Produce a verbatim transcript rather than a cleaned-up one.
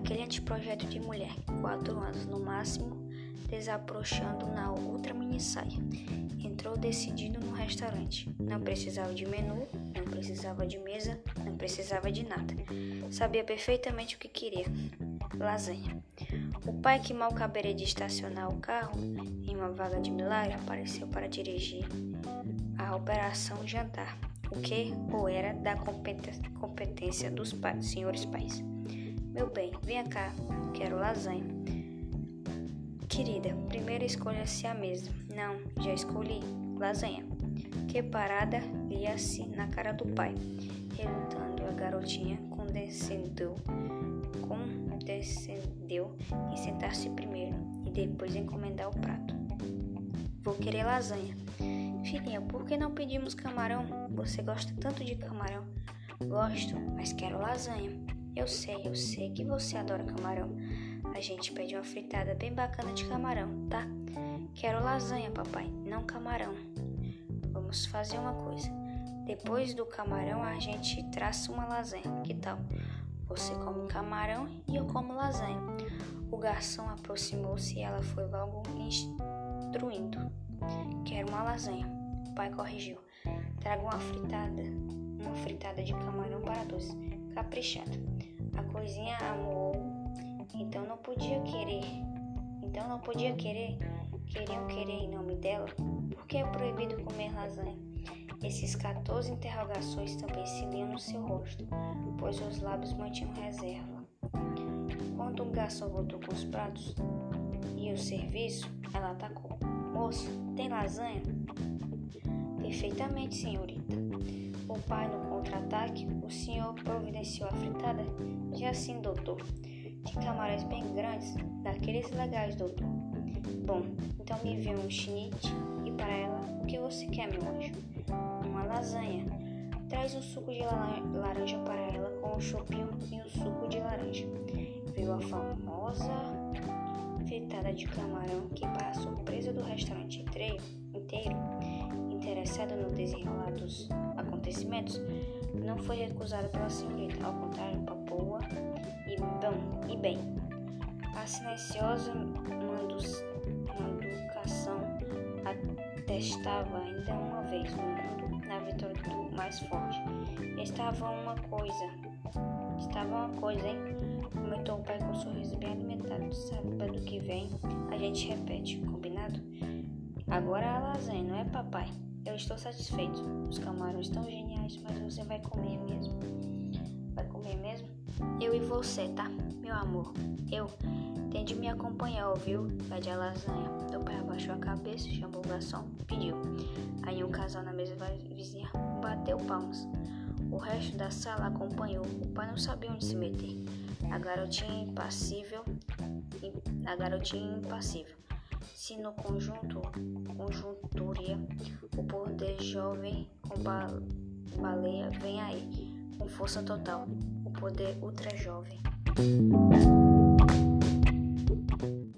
aquele anteprojeto de mulher, quatro anos no máximo, desabrochando na outra minissaia. Entrou decidido no restaurante. Não precisava de menu, não precisava de mesa, não precisava de nada. Sabia perfeitamente o que queria: lasanha. O pai, que mal caberia de estacionar o carro em uma vaga de milagre, apareceu para dirigir a operação jantar, o que ou era da competência dos pais, senhores pais. Meu bem, venha cá, quero lasanha. Querida, primeira escolha-se a mesa. Não, já escolhi, lasanha. Que parada, li assim na cara do pai. Relutando, a garotinha condescendeu, condescendeu em sentar-se primeiro e depois encomendar o prato. Vou querer lasanha. Filhinha, por que não pedimos camarão? Você gosta tanto de camarão. Gosto, mas quero lasanha. Eu sei, eu sei que você adora camarão. A gente pede uma fritada bem bacana de camarão, tá? Quero lasanha, papai, não camarão. Vamos fazer uma coisa. Depois do camarão, a gente traça uma lasanha. Que tal? Você come camarão e eu como lasanha. O garçom aproximou-se e ela foi logo instruindo. Quero uma lasanha. O pai corrigiu. Traga uma fritada. Uma fritada de camarão para dois. Caprichado. A coisinha amou. Então não podia querer. Então não podia querer. Queriam querer em nome dela. Por que é proibido comer lasanha? Esses quatorze interrogações também se liam no seu rosto, pois os lábios mantinham reserva. Quando o garçom voltou com os pratos e o serviço, ela atacou. Moço, tem lasanha? Perfeitamente, senhorita. O pai, no contra-ataque, o senhor providenciou a fritada? Já sim, doutor. De camarões bem grandes, daqueles legais, doutor. Bom, então me envie um chinite e para ela, o que você quer, meu anjo? Uma lasanha. Traz um suco de laranja para ela com o chopinho e o suco de laranja. Veio a famosa fritada de camarão que, para a surpresa do restaurante inteiro, interessado no desenrolar dos acontecimentos, não foi recusada pela senhorita, ao contrário, papou-a e, bom, e bem. A silenciosa manducação atestava ainda uma vez no mundo, na vitória do mais forte. Estava uma coisa, estava uma coisa, hein? Comentou o pai com um sorriso bem alimentado. Sábado que vem a gente repete, combinado? Agora a lasanha, não é, papai? Eu estou satisfeito. Os camarões estão geniais, mas você vai comer mesmo? Vai comer mesmo? Eu e você, tá? Meu amor, eu... Tende me acompanhar, ouviu? Pede a lasanha. O pai abaixou a cabeça, chamou o garçom, pediu. Aí um casal na mesa vizinha bateu palmas. O resto da sala acompanhou. O pai não sabia onde se meter. A garotinha impassível, a garotinha impassível. Se no conjunto, conjunturia, o poder jovem com baleia vem aí, com força total, o poder ultra jovem.